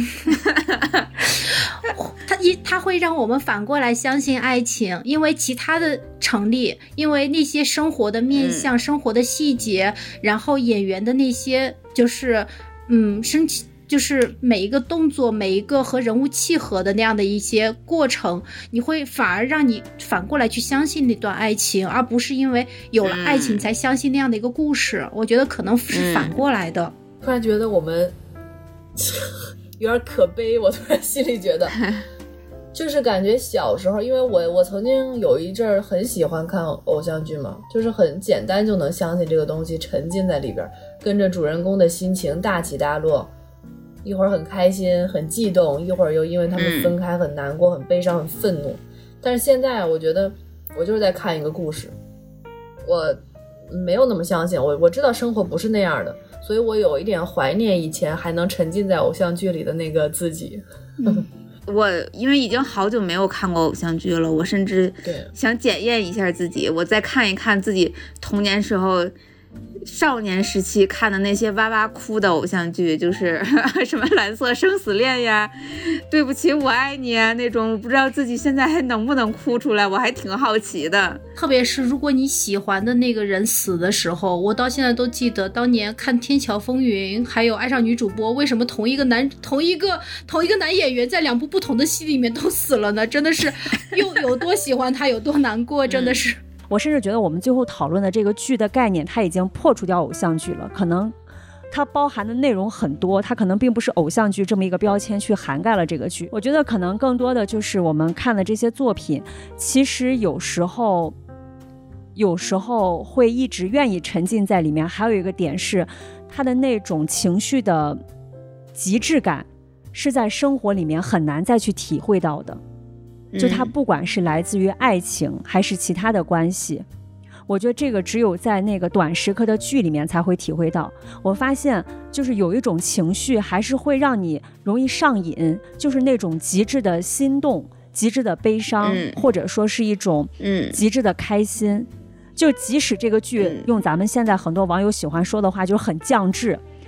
它会让我们反过来相信爱情，因为其他的成立，因为那些生活的面向、生活的细节，然后演员的那些就是就是每一个动作，每一个和人物契合的那样的一些过程，你会反而让你反过来去相信那段爱情，而不是因为有了爱情才相信那样的一个故事。我觉得可能是反过来的。 突然觉得我们有点可悲，我突然心里觉得就是感觉小时候，因为我曾经有一阵儿很喜欢看偶像剧嘛，就是很简单就能相信这个东西，沉浸在里边，跟着主人公的心情大起大落，一会儿很开心很悸动，一会儿又因为他们分开很难过、很悲伤、很愤怒。但是现在我觉得我就是在看一个故事，我没有那么相信，我知道生活不是那样的，所以我有一点怀念以前还能沉浸在偶像剧里的那个自己。 我因为已经好久没有看过偶像剧了，我甚至想检验一下自己，我再看一看自己童年时候少年时期看的那些哇哇哭的偶像剧，就是什么蓝色生死恋呀，对不起我爱你啊那种，我不知道自己现在还能不能哭出来，我还挺好奇的。 特别是如果你喜欢的那个人死的时候，我到现在都记得当年看《天桥风云》还有《爱上女主播》，为什么同一个男演员在两部不同的戏里面都死了呢？真的是又有多喜欢他有多难过，真的是。 我甚至觉得我们最后讨论的这个剧的概念，它已经破除掉偶像剧了，可能它包含的内容很多，它可能并不是偶像剧这么一个标签去涵盖了这个剧。我觉得可能更多的就是我们看的这些作品，其实有时候会一直愿意沉浸在里面。还有一个点是，它的那种情绪的极致感是在生活里面很难再去体会到的，就它不管是来自于爱情还是其他的关系，我觉得这个只有在那个短时刻的剧里面才会体会到。我发现就是有一种情绪还是会让你容易上瘾，就是那种极致的心动、极致的悲伤，或者说是一种极致的开心。就即使这个剧用咱们现在很多网友喜欢说的话就是很降智，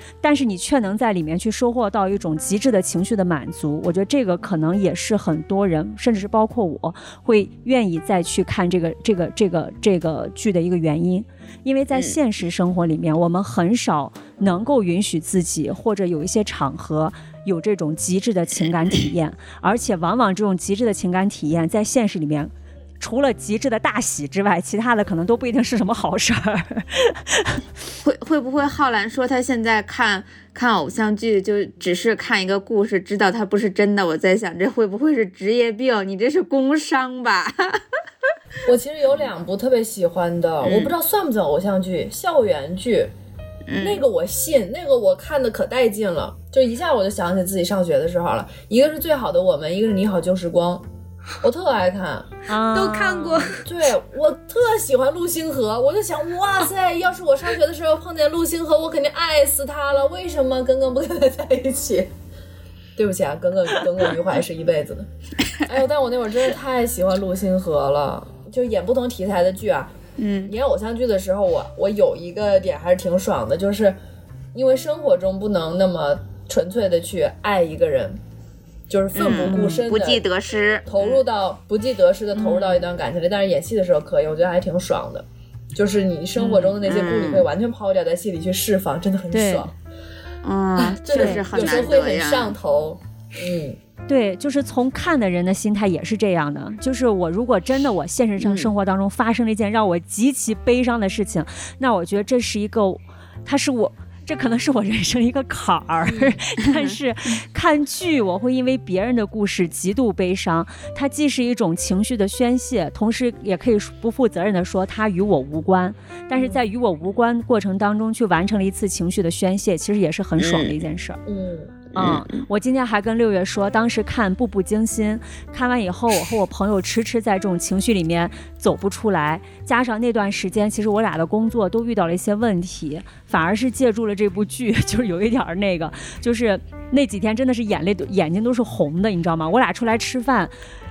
但是你却能在里面去收获到一种极致的情绪的满足。我觉得这个可能也是很多人，甚至是包括我，会愿意再去看这个剧的一个原因。因为在现实生活里面，我们很少能够允许自己，或者有一些场合有这种极致的情感体验，而且往往这种极致的情感体验在现实里面，除了极致的大喜之外，其他的可能都不一定是什么好事儿。 会不会浩然说他现在看偶像剧就只是看一个故事，知道它不是真的？我在想，这会不会是职业病？你这是工伤吧？ 我其实有2部特别喜欢的，我不知道算不算偶像剧，校园剧。那个我信，那个我看的可带劲了，就一下我就想起自己上学的时候了。一个是最好的我们，一个是你好旧时光，我特爱看， 都看过。 对，我特喜欢陆星河，我就想，哇塞，要是我上学的时候碰见陆星河，我肯定爱死他了。为什么耿耿不跟他在一起？对不起啊，耿耿于怀是一辈子的。哎呦，但我那会儿真的太喜欢陆星河了，就演不同题材的剧啊。演偶像剧的时候，我有一个点还是挺爽的，就是因为生活中不能那么纯粹的去爱一个人，就是奋不顾身的、 不计得失， 投入到不计得失的投入到一段感情里。但是演戏的时候可以，我觉得还挺爽的，就是你生活中的那些顾虑可以完全抛掉，在戏里去释放，真的很爽。真的是很难得呀，有时候会很上头。 对，就是从看的人的心态也是这样的，就是我如果真的我现实上生活当中发生了一件让我极其悲伤的事情，那我觉得这是一个，这可能是我人生一个坎儿。但是看剧我会因为别人的故事极度悲伤，它既是一种情绪的宣泄，同时也可以不负责任的说它与我无关，但是在与我无关过程当中去完成了一次情绪的宣泄，其实也是很爽的一件事儿。我今天还跟6月说，当时看《步步惊心》，看完以后我和我朋友迟在这种情绪里面走不出来，加上那段时间其实我俩的工作都遇到了一些问题，反而是借助了这部剧，就是有一点那个，就是那几天真的是眼睛都是红的，你知道吗？我俩出来吃饭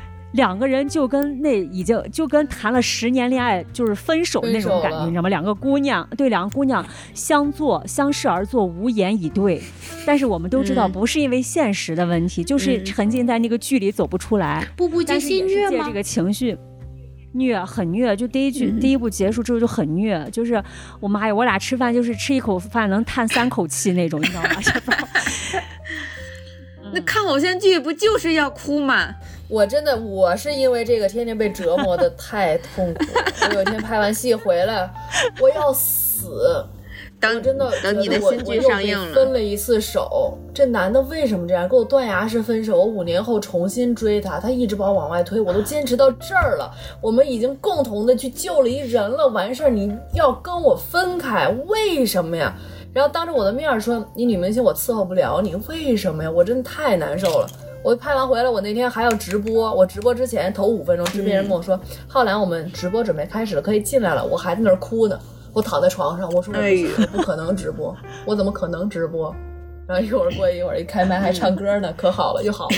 ，2个人就跟谈了10年恋爱就是分手那种感觉，你知道吗？2个姑娘相视而坐，无言以对。但是我们都知道，不是因为现实的问题，就是沉浸在那个剧里走不出来。 步步惊心虐吗？ 这个情绪虐，很虐。就第一部结束之后就很虐，就是我妈呀，我俩吃饭就是吃一口饭能叹3口气那种，你知道吗？ 那看偶像剧不就是要哭吗？ 我是因为这个天天被折磨的太痛苦了。我有一天拍完戏回来，我要死。 等你的新剧上映了， 分了一次手，这男的为什么这样？跟我断崖式分手，我5年后重新追他，他一直把我往外推，我都坚持到这儿了，我们已经共同的去救了一人了，完事儿你要跟我分开，为什么呀？然后当着我的面说，你女明星我伺候不了你，为什么呀？我真的太难受了。我拍完回来，我那天还要直播，我直播之前头5分钟，制片人跟我说，浩然，我们直播准备开始了，可以进来了。我还在那儿哭呢，我躺在床上，我说我不可能直播，我怎么可能直播？然后过一会儿一开麦还唱歌呢，可好了，又好了。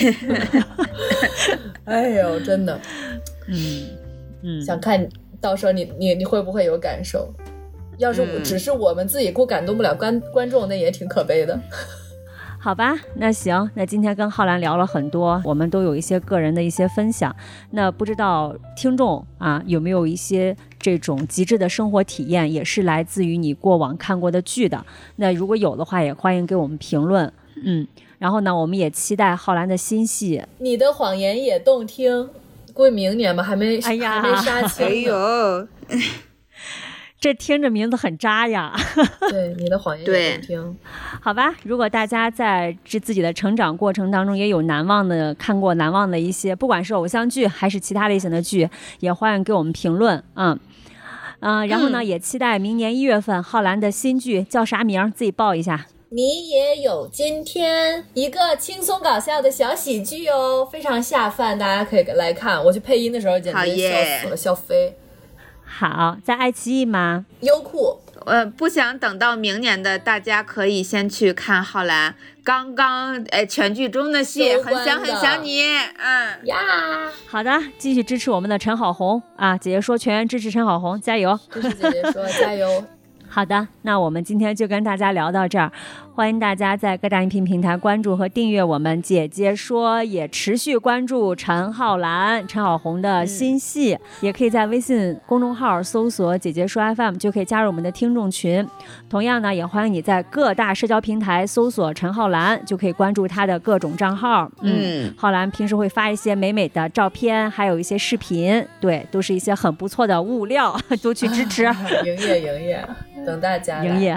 哎呦，真的，想看到时候你会不会有感受？要是只是我们自己哭感动不了观众，那也挺可悲的。 好吧，那行，那今天跟浩然聊了很多，我们都有一些个人的一些分享。那不知道听众啊有没有一些这种极致的生活体验，也是来自于你过往看过的剧的？那如果有的话，也欢迎给我们评论。然后呢，我们也期待浩然的新戏《 你的谎言也动听》，估计明年吧，还没杀青。 哎呦。 这听着名字很渣呀。 对，你的谎言也动听。 好吧，如果大家在自己的成长过程当中也有看过难忘的一些，不管是偶像剧还是其他类型的剧，也欢迎给我们评论。然后呢，也期待明年1月份浩然的新剧叫啥名？自己报一下。 你也有今天，一个轻松搞笑的小喜剧哦，非常下饭，大家可以来看。我去配音的时候简直笑死了，笑飞。 好，在爱奇艺吗？ 优酷。 不想等到明年的，大家可以先去看浩然刚全剧终的戏，很想你。 呀， 好的，继续支持我们的陈好红啊！姐姐说全员支持陈好红，加油！ 支持姐姐说加油。 好的，那我们今天就跟大家聊到这儿。 欢迎大家在各大音频平台关注和订阅我们姐姐说，也持续关注陈浩蓝、陈小红的新戏，也可以在微信公众号搜索姐姐说 FM 就可以加入我们的听众群。同样呢，也欢迎你在各大社交平台搜索陈浩蓝，就可以关注他的各种账号。浩蓝平时会发一些美美的照片，还有一些视频，对，都是一些很不错的物料，都去支持。 营业，等大家营业。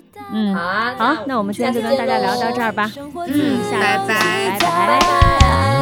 好，那我们今天就跟大家聊到这儿吧。 拜拜。 拜拜。